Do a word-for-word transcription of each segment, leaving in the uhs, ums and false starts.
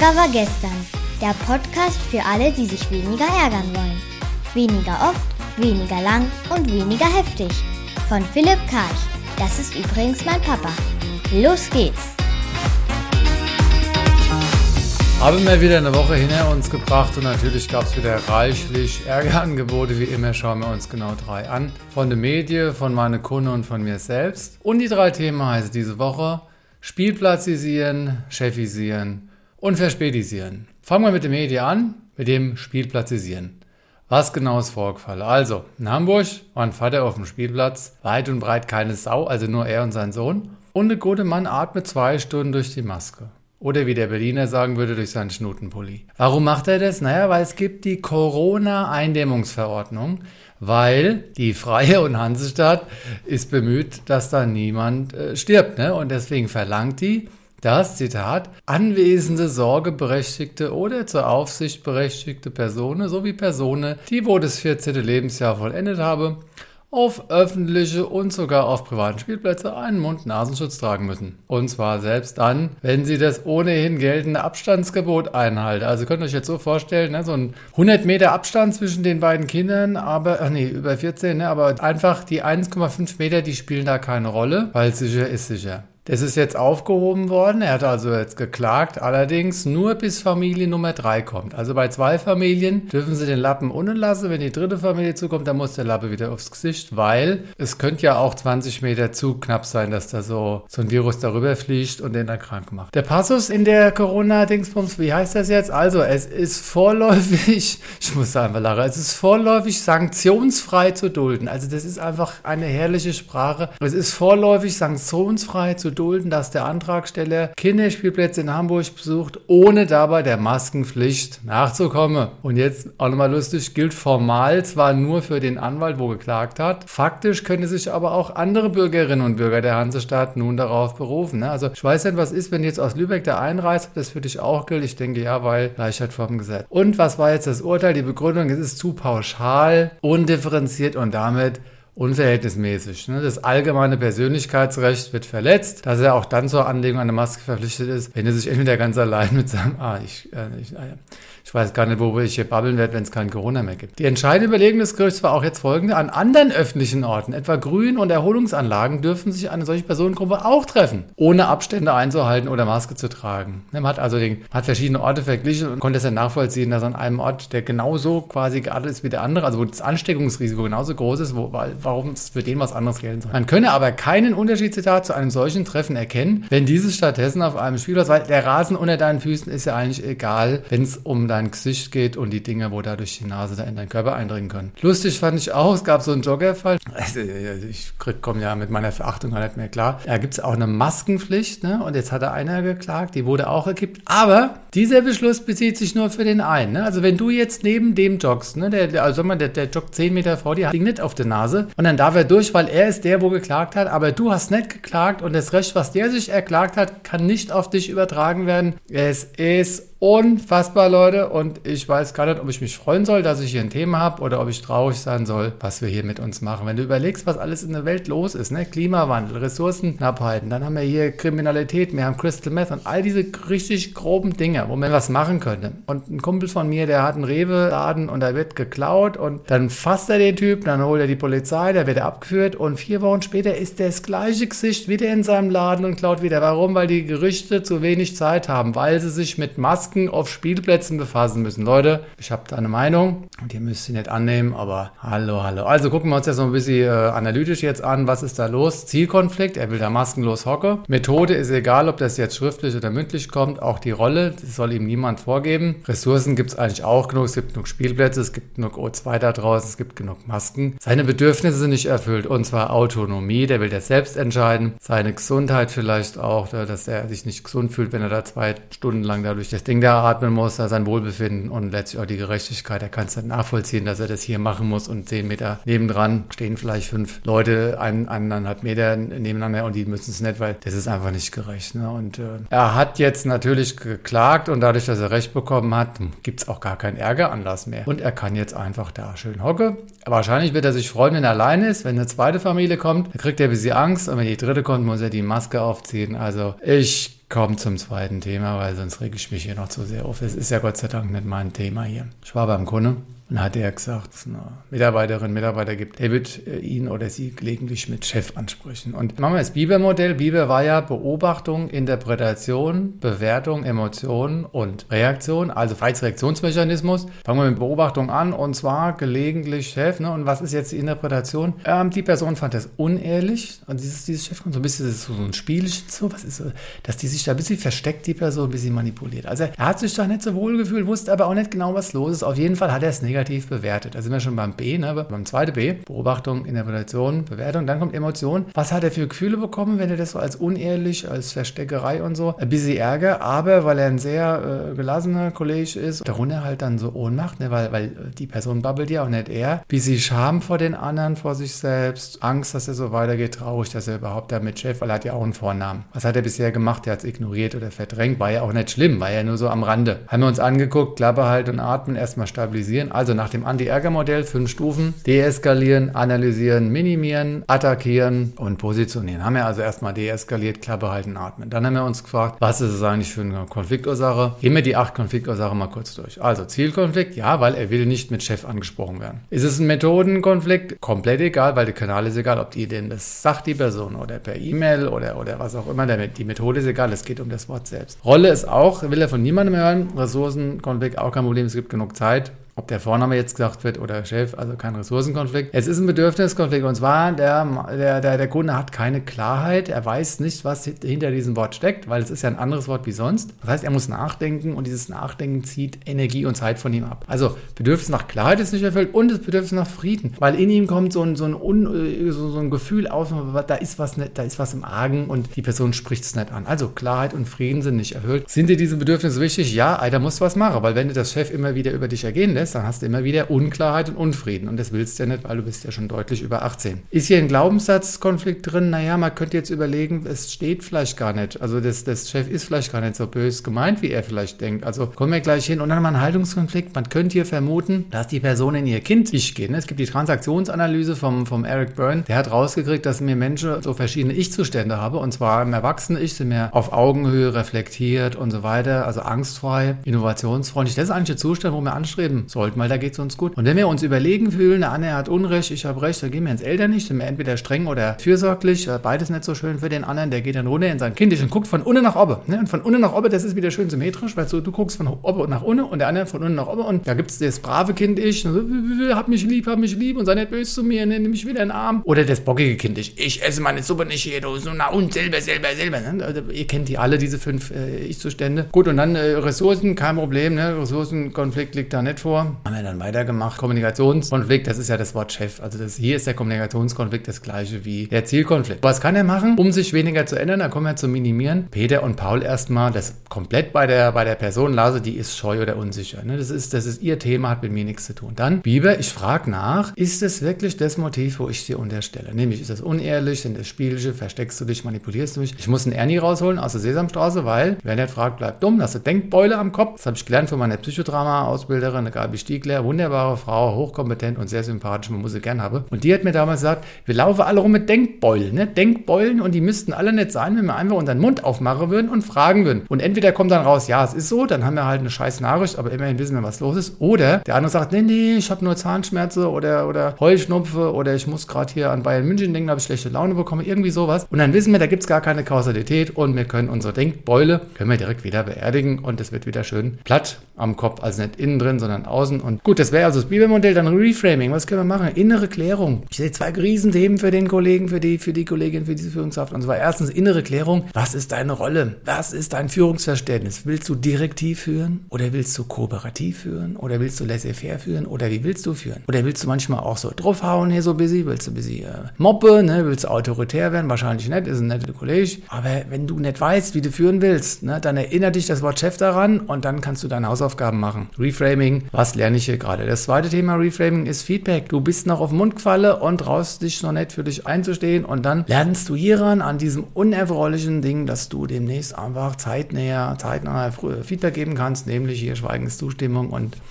Ärger war gestern. Der Podcast für alle, die sich weniger ärgern wollen. Weniger oft, weniger lang und weniger heftig. Von Philipp Karch. Das ist übrigens mein Papa. Los geht's! Haben wir wieder eine Woche hinter uns gebracht und natürlich gab es wieder reichlich Ärgerangebote. Wie immer schauen wir uns genau drei an. Von der Medie, von meiner Kunde und von mir selbst. Und die drei Themen heißen diese Woche: Spielplatzisieren, Chefisieren und Verspätisieren. Fangen wir mit der Medie an, mit dem Spielplatzisieren. Was genau ist vorgefallen? Also, in Hamburg war ein Vater auf dem Spielplatz, weit und breit keine Sau, also nur er und sein Sohn. Und der gute Mann atmet zwei Stunden durch die Maske. Oder wie der Berliner sagen würde, durch seinen Schnutenpulli. Warum macht er das? Naja, weil es gibt die Corona-Eindämmungsverordnung, weil die Freie und Hansestadt ist bemüht, dass da niemand äh, stirbt. Ne? Und deswegen verlangt die, dass, Zitat, anwesende, sorgeberechtigte oder zur Aufsicht berechtigte Personen sowie Personen, die wo das vierzehnte Lebensjahr vollendet haben, auf öffentliche und sogar auf privaten Spielplätze einen Mund-Nasenschutz tragen müssen. Und zwar selbst dann, wenn sie das ohnehin geltende Abstandsgebot einhalten. Also könnt ihr euch jetzt so vorstellen, ne, so ein hundert Meter Abstand zwischen den beiden Kindern, aber, ach nee, über vierzehn, ne, aber einfach die eins Komma fünf Meter, die spielen da keine Rolle, weil sicher ist sicher. Das ist jetzt aufgehoben worden. Er hat also jetzt geklagt, allerdings nur bis Familie Nummer drei kommt. Also bei zwei Familien dürfen sie den Lappen unten lassen. Wenn die dritte Familie zukommt, dann muss der Lappe wieder aufs Gesicht, weil es könnte ja auch zwanzig Meter zu knapp sein, dass da so, so ein Virus darüber fliegt und den dann krank macht. Der Passus in der Corona-Dingsbums, wie heißt das jetzt? Also es ist vorläufig, ich muss einfach lachen, es ist vorläufig sanktionsfrei zu dulden. Also das ist einfach eine herrliche Sprache. Es ist vorläufig sanktionsfrei zu dulden, dass der Antragsteller Kinderspielplätze in Hamburg besucht, ohne dabei der Maskenpflicht nachzukommen. Und jetzt auch nochmal lustig, gilt formal zwar nur für den Anwalt, wo geklagt hat, faktisch können sich aber auch andere Bürgerinnen und Bürger der Hansestadt nun darauf berufen. Ne? Also ich weiß nicht, was ist, wenn jetzt aus Lübeck da einreist, ob das für dich auch gilt. Ich denke ja, weil Gleichheit vor dem Gesetz. Und was war jetzt das Urteil? Die Begründung, es ist zu pauschal, undifferenziert und damit unverhältnismäßig. Ne? Das allgemeine Persönlichkeitsrecht wird verletzt, dass er auch dann zur Anlegung einer Maske verpflichtet ist, wenn er sich entweder ganz allein mit seinem, ah, ich, äh, ich, äh, ich weiß gar nicht, worüber ich hier babbeln werde, wenn es kein Corona mehr gibt. Die entscheidende Überlegung des Gerichts war auch jetzt folgende: An anderen öffentlichen Orten, etwa Grün- und Erholungsanlagen, dürfen sich eine solche Personengruppe auch treffen, ohne Abstände einzuhalten oder Maske zu tragen. Man hat also den, hat verschiedene Orte verglichen und konnte es dann nachvollziehen, dass an einem Ort, der genauso quasi geartet ist wie der andere, also wo das Ansteckungsrisiko genauso groß ist, wo, weil warum es für den was anderes gelten soll. Man könne aber keinen Unterschied, Zitat, zu einem solchen Treffen erkennen, wenn dieses stattdessen auf einem Spielplatz, weil der Rasen unter deinen Füßen ist ja eigentlich egal, wenn es um dein Gesicht geht und die Dinge, wo da durch die Nase da in deinen Körper eindringen können. Lustig fand ich auch, es gab so einen Joggerfall, also, ich komme ja mit meiner Verachtung gar nicht mehr klar, da gibt es auch eine Maskenpflicht, ne? Und jetzt hat da einer geklagt, die wurde auch gekippt, aber dieser Beschluss bezieht sich nur für den einen, ne? Also wenn du jetzt neben dem joggst, ne? der, also der, der joggt zehn Meter vor dir, hat ihn nicht auf der Nase und dann darf er durch, weil er ist der, wo geklagt hat, aber du hast nicht geklagt und das Recht, was der sich erklagt hat, kann nicht auf dich übertragen werden. Es ist unfassbar, Leute, und ich weiß gar nicht, ob ich mich freuen soll, dass ich hier ein Thema habe oder ob ich traurig sein soll, was wir hier mit uns machen. Wenn du überlegst, was alles in der Welt los ist, ne? Klimawandel, Ressourcenknappheiten, dann haben wir hier Kriminalität, wir haben Crystal Meth und all diese richtig groben Dinge, wo man was machen könnte. Und ein Kumpel von mir, der hat einen Rewe-Laden und da wird geklaut und dann fasst er den Typ, dann holt er die Polizei, der wird abgeführt und vier Wochen später ist das gleiche Gesicht wieder in seinem Laden und klaut wieder. Warum? Weil die Gerichte zu wenig Zeit haben, weil sie sich mit Masken auf Spielplätzen befassen müssen. Leute, ich habe da eine Meinung und ihr müsst sie nicht annehmen, aber hallo, hallo. Also gucken wir uns das so ein bisschen äh, analytisch jetzt an. Was ist da los? Zielkonflikt, er will da maskenlos hocken. Methode ist egal, ob das jetzt schriftlich oder mündlich kommt. Auch die Rolle, das soll ihm niemand vorgeben. Ressourcen gibt es eigentlich auch genug. Es gibt genug Spielplätze, es gibt genug O zwei da draußen, es gibt genug Masken. Seine Bedürfnisse sind nicht erfüllt und zwar Autonomie, der will das selbst entscheiden. Seine Gesundheit vielleicht auch, dass er sich nicht gesund fühlt, wenn er da zwei Stunden lang dadurch das Ding da atmen muss, da sein Wohlbefinden und letztlich auch die Gerechtigkeit. Er kann es nicht nachvollziehen, dass er das hier machen muss und zehn Meter nebendran stehen vielleicht fünf Leute, ein, eineinhalb Meter nebeneinander und die müssen es nicht, weil das ist einfach nicht gerecht. Ne? Und äh, er hat jetzt natürlich geklagt und dadurch, dass er Recht bekommen hat, gibt es auch gar keinen Ärgeranlass mehr. Und er kann jetzt einfach da schön hocken. Wahrscheinlich wird er sich freuen, wenn er alleine ist. Wenn eine zweite Familie kommt, dann kriegt er ein bisschen Angst und wenn die dritte kommt, muss er die Maske aufziehen. Also ich komme zum zweiten Thema, weil sonst rege ich mich hier noch zu sehr auf. Es ist ja Gott sei Dank nicht mein Thema hier. Ich war beim Kunde. Und hat er gesagt, dass es eine Mitarbeiterin, Mitarbeiter gibt, der wird ihn oder sie gelegentlich mit Chef ansprechen. Und machen wir das Bieber-Modell. Bieber war ja Beobachtung, Interpretation, Bewertung, Emotion und Reaktion, also Reaktionsmechanismus. Fangen wir mit Beobachtung an und zwar gelegentlich Chef. Ne? Und was ist jetzt die Interpretation? Ähm, die Person fand das unehrlich und dieses, dieses Chef kommt so ein bisschen so ein Spielchen, so, was ist so, dass die sich da ein bisschen versteckt, die Person ein bisschen manipuliert. Also er hat sich da nicht so wohl gefühlt, wusste aber auch nicht genau, was los ist. Auf jeden Fall hat er es negativ bewertet. Da sind wir schon beim B, ne? Beim zweiten B. Beobachtung, Interpretation, Bewertung. Dann kommt Emotion. Was hat er für Gefühle bekommen, wenn er das so als unehrlich, als Versteckerei und so? Ein bisschen Ärger, aber weil er ein sehr äh, gelassener Kollege ist, darunter halt dann so Ohnmacht, ne? weil, weil die Person babbelt ja auch nicht er. Bisschen Scham vor den anderen, vor sich selbst. Angst, dass er so weitergeht. Traurig, dass er überhaupt damit Chef, weil er hat ja auch einen Vornamen. Was hat er bisher gemacht? Er hat es ignoriert oder verdrängt. War ja auch nicht schlimm. War ja nur so am Rande. Haben wir uns angeguckt, Klappe halten und atmen, erstmal stabilisieren. Also nach dem Anti-Ärger-Modell fünf Stufen: Deeskalieren, analysieren, minimieren, attackieren und positionieren. Haben wir also erstmal deeskaliert, Klappe halten, atmen. Dann haben wir uns gefragt, was ist es eigentlich für eine Konfliktursache? Gehen wir die acht Konfliktursachen mal kurz durch. Also Zielkonflikt, ja, weil er will nicht mit Chef angesprochen werden. Ist es ein Methodenkonflikt? Komplett egal, weil der Kanal ist egal, ob die denn das sagt, die Person, oder per E-Mail oder, oder was auch immer. Die Methode ist egal, es geht um das Wort selbst. Rolle ist auch, will er von niemandem hören. Ressourcenkonflikt, auch kein Problem, es gibt genug Zeit. Ob der Vorname jetzt gesagt wird oder Chef, also kein Ressourcenkonflikt. Es ist ein Bedürfniskonflikt und zwar der, der, der, der Kunde hat keine Klarheit, er weiß nicht, was hinter diesem Wort steckt, weil es ist ja ein anderes Wort wie sonst. Das heißt, er muss nachdenken und dieses Nachdenken zieht Energie und Zeit von ihm ab. Also Bedürfnis nach Klarheit ist nicht erfüllt und das Bedürfnis nach Frieden, weil in ihm kommt so ein, so ein, Un, so, so ein Gefühl auf, da ist was nicht, da ist was im Argen und die Person spricht es nicht an. Also Klarheit und Frieden sind nicht erfüllt. Sind dir diese Bedürfnisse wichtig? Ja, Alter, musst du was machen, weil wenn du das Chef immer wieder über dich ergehen lässt, dann hast du immer wieder Unklarheit und Unfrieden. Und das willst du ja nicht, weil du bist ja schon deutlich über achtzehn. Ist hier ein Glaubenssatzkonflikt drin? Naja, man könnte jetzt überlegen, es steht vielleicht gar nicht. Also das, das Chef ist vielleicht gar nicht so böse gemeint, wie er vielleicht denkt. Also kommen wir gleich hin. Und dann haben wir einen Haltungskonflikt. Man könnte hier vermuten, dass die Person in ihr Kind-Ich geht. Es gibt die Transaktionsanalyse vom, vom Eric Berne. Der hat rausgekriegt, dass mir Menschen so verschiedene Ich-Zustände haben. Und zwar im Erwachsenen-Ich sind wir auf Augenhöhe, reflektiert und so weiter. Also angstfrei, innovationsfreundlich. Das ist eigentlich der Zustand, wo wir anstreben sollten, weil da geht es uns gut. Und wenn wir uns überlegen fühlen, der andere hat Unrecht, ich habe Recht, dann gehen wir ins Elternlicht, sind wir entweder streng oder fürsorglich, beides nicht so schön für den anderen, der geht dann runter in sein Kindisch und guckt von unten nach oben. Ne? Und von unten nach oben, das ist wieder schön symmetrisch, weil so, du guckst von oben nach unten und der andere von unten nach oben und da gibt es das brave Kind-Ich, so, hab mich lieb, hab mich lieb und sei nicht böse zu mir, nimm mich wieder in den Arm. Oder das bockige Kind-Ich, ich esse meine Suppe nicht hier, du, so na und selber, selber, selber. Ne? Also, ihr kennt die alle, diese fünf äh, Ich-Zustände. Gut, und dann äh, Ressourcen, kein Problem, ne? Ressourcenkonflikt liegt da nicht vor. Haben wir dann weiter gemacht. Kommunikationskonflikt, das ist ja das Wort Chef. Also das, hier ist der Kommunikationskonflikt das gleiche wie der Zielkonflikt. Was kann er machen, um sich weniger zu ändern? Da kommen wir zum Minimieren. Peter und Paul erstmal, das komplett bei der, bei der Person Lase, die ist scheu oder unsicher. Ne? Das ist, das ist ihr Thema, hat mit mir nichts zu tun. Dann, Bieber, ich frage nach, ist es wirklich das Motiv, wo ich dir unterstelle? Nämlich, ist das unehrlich, sind das Spielche, versteckst du dich, manipulierst du mich? Ich muss einen Ernie rausholen aus der Sesamstraße, weil, wer nicht fragt, bleibt dumm, hast du Denkbeule am Kopf. Das habe ich gelernt von meiner Psychodrama-Ausbilderin, eine Gabi Stiegler, wunderbare Frau, hochkompetent und sehr sympathisch, man muss sie gern haben. Und die hat mir damals gesagt, wir laufen alle rum mit Denkbeulen, ne? Denkbeulen und die müssten alle nicht sein, wenn wir einfach unseren Mund aufmachen würden und fragen würden. Und entweder kommt dann raus, ja, es ist so, dann haben wir halt eine scheiß Nachricht, aber immerhin wissen wir, was los ist. Oder der andere sagt, nee, nee, ich habe nur Zahnschmerzen oder, oder Heuschnupfe oder ich muss gerade hier an Bayern München denken, da habe ich schlechte Laune bekommen, irgendwie sowas. Und dann wissen wir, da gibt es gar keine Kausalität und wir können unsere Denkbeule, können wir direkt wieder beerdigen und es wird wieder schön platt am Kopf, also nicht innen drin, sondern außen. Und gut, das wäre also das Bieber-Modell, dann Reframing. Was können wir machen? Innere Klärung. Ich sehe zwei Riesenthemen für den Kollegen, für die, für die Kollegin, für diese Führungskraft. Und zwar erstens innere Klärung. Was ist deine Rolle? Was ist dein Führungsverständnis? Willst du direktiv führen? Oder willst du kooperativ führen? Oder willst du laissez-faire führen? Oder wie willst du führen? Oder willst du manchmal auch so draufhauen hier so ein bisschen? Willst du ein bisschen äh, Moppe? Ne? Willst du autoritär werden? Wahrscheinlich nicht, ist ein netter Kollege. Aber wenn du nicht weißt, wie du führen willst, ne, dann erinnert dich das Wort Chef daran und dann kannst du deine Hausaufgaben machen. Reframing, was lerne ich hier gerade? Das zweite Thema Reframing ist Feedback. Du bist noch auf den Mund gefallen und traust dich noch nicht für dich einzustehen und dann lernst du hieran an diesem unerfreulichen Ding, dass du demnächst einfach zeitnäher, zeitnah Feedback geben kannst, nämlich hier Schweigenszustimmung und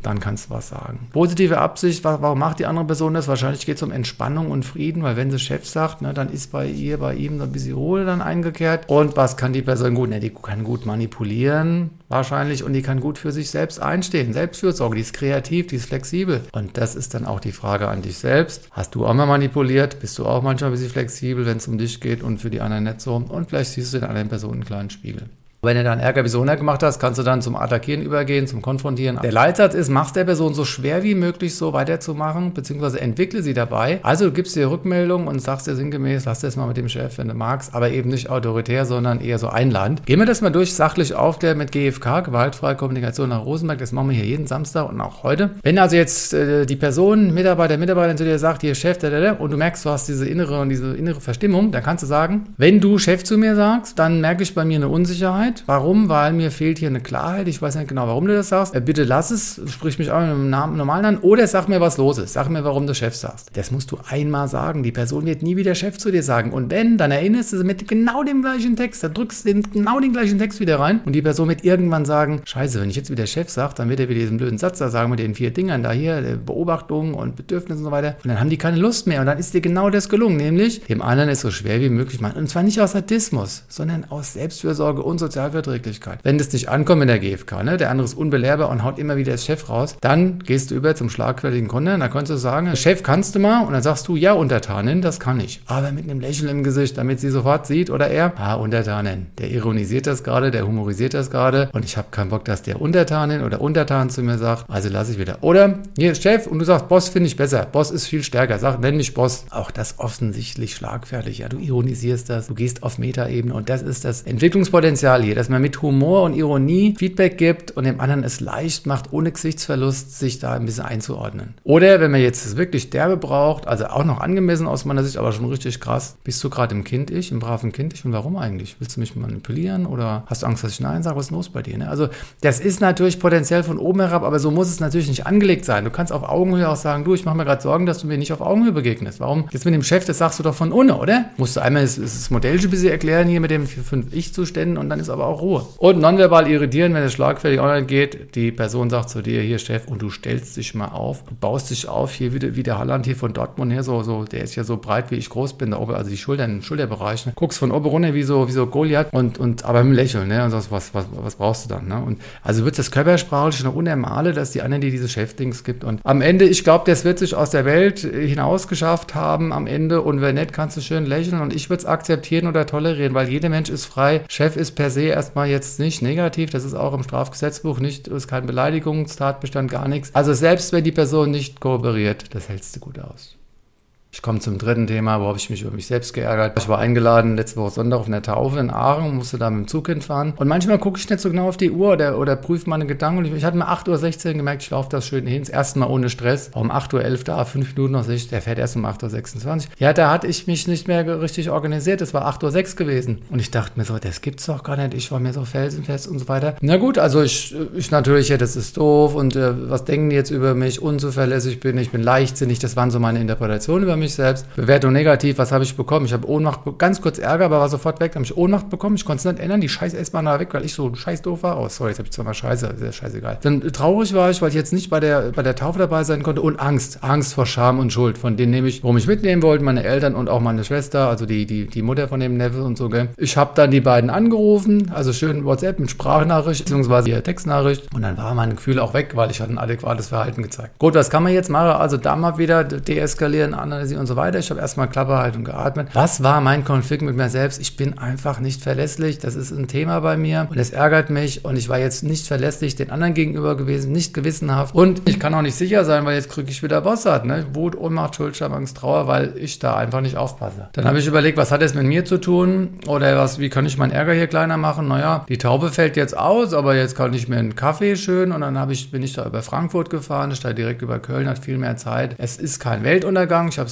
dann kannst du was sagen. Positive Absicht, warum macht die andere Person das? Wahrscheinlich geht es um Entspannung und Frieden, weil wenn sie Chef sagt, ne, dann ist bei ihr, bei ihm ein bisschen Ruhe dann eingekehrt. Und was kann die Person gut? Ne, die kann gut manipulieren, wahrscheinlich, und die kann gut für sich selbst einstehen. Selbstfürsorge, die ist kreativ, die ist flexibel. Und das ist dann auch die Frage an dich selbst. Hast du auch mal manipuliert? Bist du auch manchmal ein bisschen flexibel, wenn es um dich geht und für die anderen nicht so? Und vielleicht siehst du in anderen Personen einen kleinen Spiegel. Wenn du dann Ärger wie so gemacht hast, kannst du dann zum Attackieren übergehen, zum Konfrontieren. Der Leitsatz ist, mach's der Person so schwer wie möglich so weiterzumachen, beziehungsweise entwickle sie dabei. Also du gibst dir Rückmeldung und sagst dir sinngemäß, lass das mal mit dem Chef, wenn du magst, aber eben nicht autoritär, sondern eher so einladend. Gehen wir das mal durch, sachlich aufklären mit G F K, gewaltfreie Kommunikation nach Rosenberg. Das machen wir hier jeden Samstag und auch heute. Wenn also jetzt äh, die Person, Mitarbeiter, Mitarbeiterin zu dir sagt, hier Chef, da, da, da, und du merkst, du hast diese innere und diese innere Verstimmung, dann kannst du sagen, wenn du Chef zu mir sagst, dann merke ich bei mir eine Unsicherheit. Warum? Weil mir fehlt hier eine Klarheit. Ich weiß nicht genau, warum du das sagst. Äh, bitte lass es, sprich mich auch mit einem Namen normal an. Oder sag mir, was los ist. Sag mir, warum du Chef sagst. Das musst du einmal sagen. Die Person wird nie wieder Chef zu dir sagen. Und wenn, dann erinnerst du sie mit genau dem gleichen Text. Dann drückst du den, genau den gleichen Text wieder rein. Und die Person wird irgendwann sagen, scheiße, wenn ich jetzt wieder Chef sage, dann wird er wieder diesen blöden Satz da sagen mit den vier Dingern da hier, Beobachtung und Bedürfnis und so weiter. Und dann haben die keine Lust mehr. Und dann ist dir genau das gelungen. Nämlich, dem anderen es so schwer wie möglich machen. Und zwar nicht aus Sadismus, sondern aus Selbstfürsorge und Sozialverträglichkeit. Wenn das nicht ankommt in der G F K, ne, der andere ist unbelehrbar und haut immer wieder das Chef raus, dann gehst du über zum schlagfertigen Konter, da kannst du sagen, Chef, kannst du mal? Und dann sagst du, ja, Untertanin, das kann ich. Aber mit einem Lächeln im Gesicht, damit sie sofort sieht oder er, ah, Untertanin, der ironisiert das gerade, der humorisiert das gerade und ich habe keinen Bock, dass der Untertanin oder Untertan zu mir sagt, also lasse ich wieder. Oder, hier ist Chef und du sagst, Boss finde ich besser, Boss ist viel stärker, sag, nenn mich Boss. Auch das offensichtlich schlagfertig, ja, du ironisierst das, du gehst auf Metaebene und das ist das Entwicklungspotenzial hier, dass man mit Humor und Ironie Feedback gibt und dem anderen es leicht macht, ohne Gesichtsverlust sich da ein bisschen einzuordnen. Oder wenn man jetzt es wirklich derbe braucht, also auch noch angemessen aus meiner Sicht, aber schon richtig krass, bist du gerade im Kind-Ich, im braven Kind-Ich und warum eigentlich? Willst du mich manipulieren oder hast du Angst, dass ich Nein sage? Was ist los bei dir? Ne? Also das ist natürlich potenziell von oben herab, aber so muss es natürlich nicht angelegt sein. Du kannst auf Augenhöhe auch sagen, du, ich mache mir gerade Sorgen, dass du mir nicht auf Augenhöhe begegnest. Warum? Jetzt mit dem Chef, das sagst du doch von unten, oder? Musst du einmal das, das Modell ein bisschen erklären hier mit den fünf Ich-Zuständen und dann ist aber auch Ruhe. Und nonverbal irritieren, wenn es schlagfertig online geht. Die Person sagt zu dir, hier Chef, und du stellst dich mal auf, du baust dich auf, hier wie der, wie der Halland hier von Dortmund her, so, so, der ist ja so breit, wie ich groß bin, da oben, also die Schultern, im Schulterbereich, ne? Guckst von oben runter wie so, wie so Goliath und, und, aber im Lächeln, ne, und sagst, was, was, was brauchst du dann, ne, und, also wird das körpersprachlich noch unermale, dass die anderen, die diese Chefdings gibt und am Ende, ich glaube, das wird sich aus der Welt hinausgeschafft haben am Ende und wenn nicht, kannst du schön lächeln und ich würde es akzeptieren oder tolerieren, weil jeder Mensch ist frei, Chef ist per se erstmal jetzt nicht negativ, das ist auch im Strafgesetzbuch nicht, ist kein Beleidigungstatbestand, gar nichts. Also selbst wenn die Person nicht kooperiert, das hältst du gut aus. Ich komme zum dritten Thema, wo habe ich mich über mich selbst geärgert. Ich war eingeladen letzte Woche Sonntag auf einer Taufe in Aachen, musste da mit dem Zug hinfahren. Und manchmal gucke ich nicht so genau auf die Uhr oder, oder prüfe meine Gedanken. Und ich, ich hatte mir acht Uhr sechzehn gemerkt, ich laufe das schön hin. Das erste Mal ohne Stress. Um acht Uhr elf da, fünf Minuten noch Sicht. Der fährt erst um acht Uhr sechsundzwanzig. Ja, da hatte ich mich nicht mehr richtig organisiert. Es war acht Uhr sechs gewesen. Und ich dachte mir so, das gibt's doch gar nicht. Ich war mir so felsenfest und so weiter. Na gut, also ich, ich natürlich, ja, das ist doof. Und äh, was denken die jetzt über mich? Unzuverlässig bin ich, bin leichtsinnig. Das waren so meine Interpretationen über mich selbst. Bewertung negativ, was habe ich bekommen? Ich habe Ohnmacht, ganz kurz Ärger, aber war sofort weg. Dann habe ich Ohnmacht bekommen. Ich konnte es nicht ändern. Die scheiß S-Bahn war weg, weil ich so scheiß doof war. Oh, sorry, jetzt habe ich zwar mal Scheiße, ist ja scheißegal. Dann traurig war ich, weil ich jetzt nicht bei der, bei der Taufe dabei sein konnte und Angst. Angst vor Scham und Schuld. Von denen nehme ich, warum ich mitnehmen wollte, meine Eltern und auch meine Schwester, also die, die, die Mutter von dem Neffe und so, gell. Ich habe dann die beiden angerufen, also schön WhatsApp mit Sprachnachricht, beziehungsweise ihre Textnachricht. Und dann war mein Gefühl auch weg, weil ich hatte ein adäquates Verhalten gezeigt. Gut, was kann man jetzt machen? Also da mal wieder deeskalieren, analysieren und so weiter. Ich habe erstmal Klappe halt und geatmet. Was war mein Konflikt mit mir selbst? Ich bin einfach nicht verlässlich. Das ist ein Thema bei mir und es ärgert mich und ich war jetzt nicht verlässlich den anderen gegenüber gewesen, nicht gewissenhaft und ich kann auch nicht sicher sein, weil jetzt kriege ich wieder Bossart, ne? Wut, Ohnmacht, Schuld, Scham, Angst, Trauer, weil ich da einfach nicht aufpasse. Dann habe ich überlegt, was hat es mit mir zu tun oder was, wie kann ich meinen Ärger hier kleiner machen? Naja, die Taube fällt jetzt aus, aber jetzt kann ich mir einen Kaffee schön und dann habe ich, bin ich da über Frankfurt gefahren, statt direkt über Köln, hat viel mehr Zeit. Es ist kein Weltuntergang, ich habe es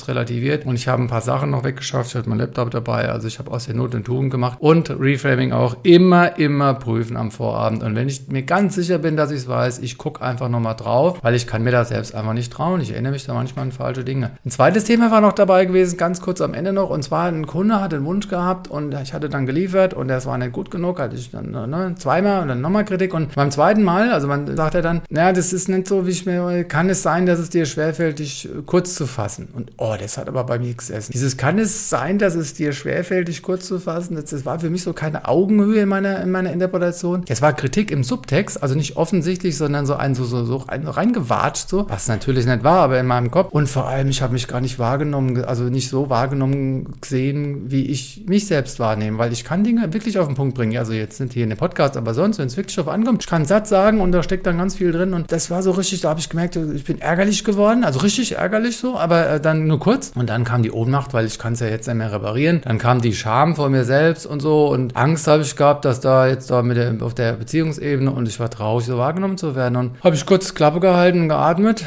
das relativiert und ich habe ein paar Sachen noch weggeschafft. Ich hatte meinen Laptop dabei, also ich habe aus der Not eine Tugend gemacht und Reframing auch immer, immer prüfen am Vorabend. Und wenn ich mir ganz sicher bin, dass ich es weiß, ich gucke einfach nochmal drauf, weil ich kann mir da selbst einfach nicht trauen. Ich erinnere mich da manchmal an falsche Dinge. Ein zweites Thema war noch dabei gewesen, ganz kurz am Ende noch, und zwar ein Kunde hatte einen Wunsch gehabt und ich hatte dann geliefert und das war nicht gut genug, hatte ich dann ne, zweimal und dann nochmal Kritik und beim zweiten Mal, also man sagt er dann, naja, das ist nicht so, wie ich mir, kann es sein, dass es dir schwerfällt, dich kurz zu fassen? Und oh, das hat aber bei mir gesessen. Dieses, kann es sein, dass es dir schwerfällt, dich kurz zu fassen? Das, das war für mich so keine Augenhöhe in meiner, in meiner Interpretation. Es war Kritik im Subtext, also nicht offensichtlich, sondern so ein so, so, so ein, reingewatscht, so, was natürlich nicht war, aber in meinem Kopf. Und vor allem, ich habe mich gar nicht wahrgenommen, also nicht so wahrgenommen gesehen, wie ich mich selbst wahrnehme, weil ich kann Dinge wirklich auf den Punkt bringen. Also jetzt nicht hier in dem Podcast, aber sonst, wenn es wirklich auf ankommt, ich kann einen Satz sagen und da steckt dann ganz viel drin und das war so richtig, da habe ich gemerkt, ich bin ärgerlich geworden, also richtig ärgerlich so, aber äh, dann nur kurz und dann kam die Ohnmacht, weil ich kann es ja jetzt nicht mehr reparieren, dann kam die Scham vor mir selbst und so und Angst habe ich gehabt, dass da jetzt da mit der, auf der Beziehungsebene und ich war traurig, so wahrgenommen zu werden und habe ich kurz Klappe gehalten und geatmet.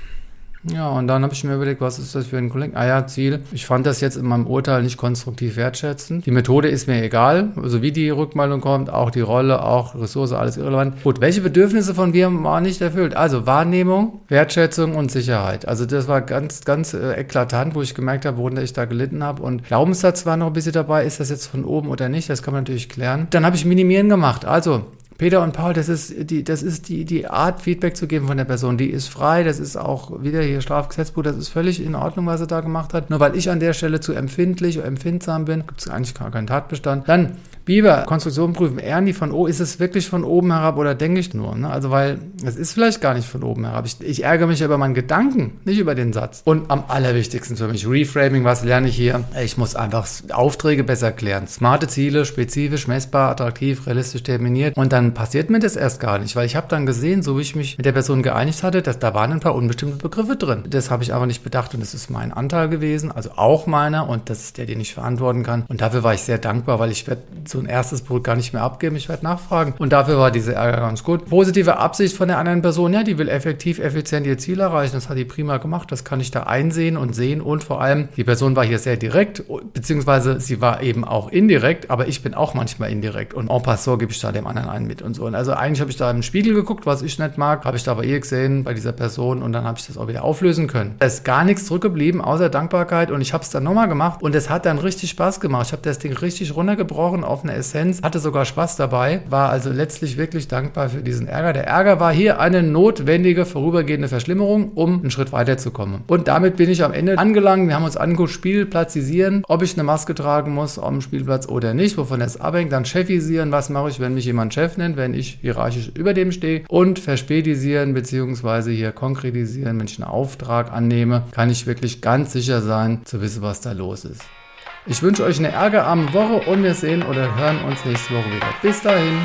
Ja, und dann habe ich mir überlegt, was ist das für ein Kollegen? Ah ja, Ziel. Ich fand das jetzt in meinem Urteil nicht konstruktiv wertschätzend. Die Methode ist mir egal, also wie die Rückmeldung kommt, auch die Rolle, auch Ressource, alles irrelevant. Gut, welche Bedürfnisse von mir waren nicht erfüllt? Also Wahrnehmung, Wertschätzung und Sicherheit. Also das war ganz, ganz äh, eklatant, wo ich gemerkt habe, worunter ich da gelitten habe. Und Glaubenssatz war noch ein bisschen dabei, ist das jetzt von oben oder nicht? Das kann man natürlich klären. Dann habe ich Minimieren gemacht. Also Peter und Paul, das ist die, das ist die, die Art, Feedback zu geben von der Person. Die ist frei, das ist auch wieder hier Strafgesetzbuch, das ist völlig in Ordnung, was er da gemacht hat. Nur weil ich an der Stelle zu empfindlich oder empfindsam bin, gibt es eigentlich gar keinen Tatbestand. Dann Biber, Konstruktion prüfen, Ernie von O, ist es wirklich von oben herab oder denke ich nur? Ne? Also weil, es ist vielleicht gar nicht von oben herab. Ich, ich ärgere mich über meinen Gedanken, nicht über den Satz. Und am allerwichtigsten für mich, Reframing, was lerne ich hier? Ich muss einfach Aufträge besser klären. Smarte Ziele, spezifisch, messbar, attraktiv, realistisch terminiert. Und dann passiert mir das erst gar nicht, weil ich habe dann gesehen, so wie ich mich mit der Person geeinigt hatte, dass da waren ein paar unbestimmte Begriffe drin. Das habe ich aber nicht bedacht und das ist mein Anteil gewesen, also auch meiner und das ist der, den ich verantworten kann. Und dafür war ich sehr dankbar, weil ich werde so ein erstes Produkt gar nicht mehr abgeben, ich werde nachfragen. Und dafür war diese Ärger ganz gut. Positive Absicht von der anderen Person, ja, die will effektiv, effizient ihr Ziel erreichen, das hat die prima gemacht, das kann ich da einsehen und sehen und vor allem, die Person war hier sehr direkt, beziehungsweise sie war eben auch indirekt, aber ich bin auch manchmal indirekt und en passant gebe ich da dem anderen einen mit und so. Und also eigentlich habe ich da im Spiegel geguckt, was ich nicht mag, habe ich da bei ihr gesehen, bei dieser Person und dann habe ich das auch wieder auflösen können. Da ist gar nichts zurückgeblieben, außer Dankbarkeit und ich habe es dann nochmal gemacht und es hat dann richtig Spaß gemacht. Ich habe das Ding richtig runtergebrochen auf eine Essenz, hatte sogar Spaß dabei, war also letztlich wirklich dankbar für diesen Ärger. Der Ärger war hier eine notwendige, vorübergehende Verschlimmerung, um einen Schritt weiterzukommen. Und damit bin ich am Ende angelangt. Wir haben uns angeguckt, Spielplatzisieren, ob ich eine Maske tragen muss am Spielplatz oder nicht, wovon das abhängt. Dann Chefisieren, was mache ich, wenn mich jemand Chef nennt, wenn ich hierarchisch über dem stehe und verspätisieren bzw. hier konkretisieren, wenn ich einen Auftrag annehme, kann ich wirklich ganz sicher sein, zu wissen, was da los ist. Ich wünsche euch eine ärgerarme Woche und wir sehen oder hören uns nächste Woche wieder. Bis dahin.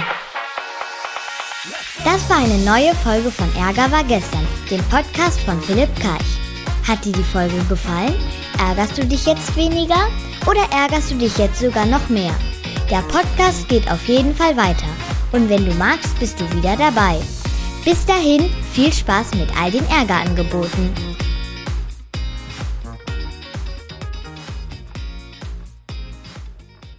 Das war eine neue Folge von Ärger war gestern, dem Podcast von Philipp Karch. Hat dir die Folge gefallen? Ärgerst du dich jetzt weniger oder ärgerst du dich jetzt sogar noch mehr? Der Podcast geht auf jeden Fall weiter. Und wenn du magst, bist du wieder dabei. Bis dahin, viel Spaß mit all den Ärgerangeboten.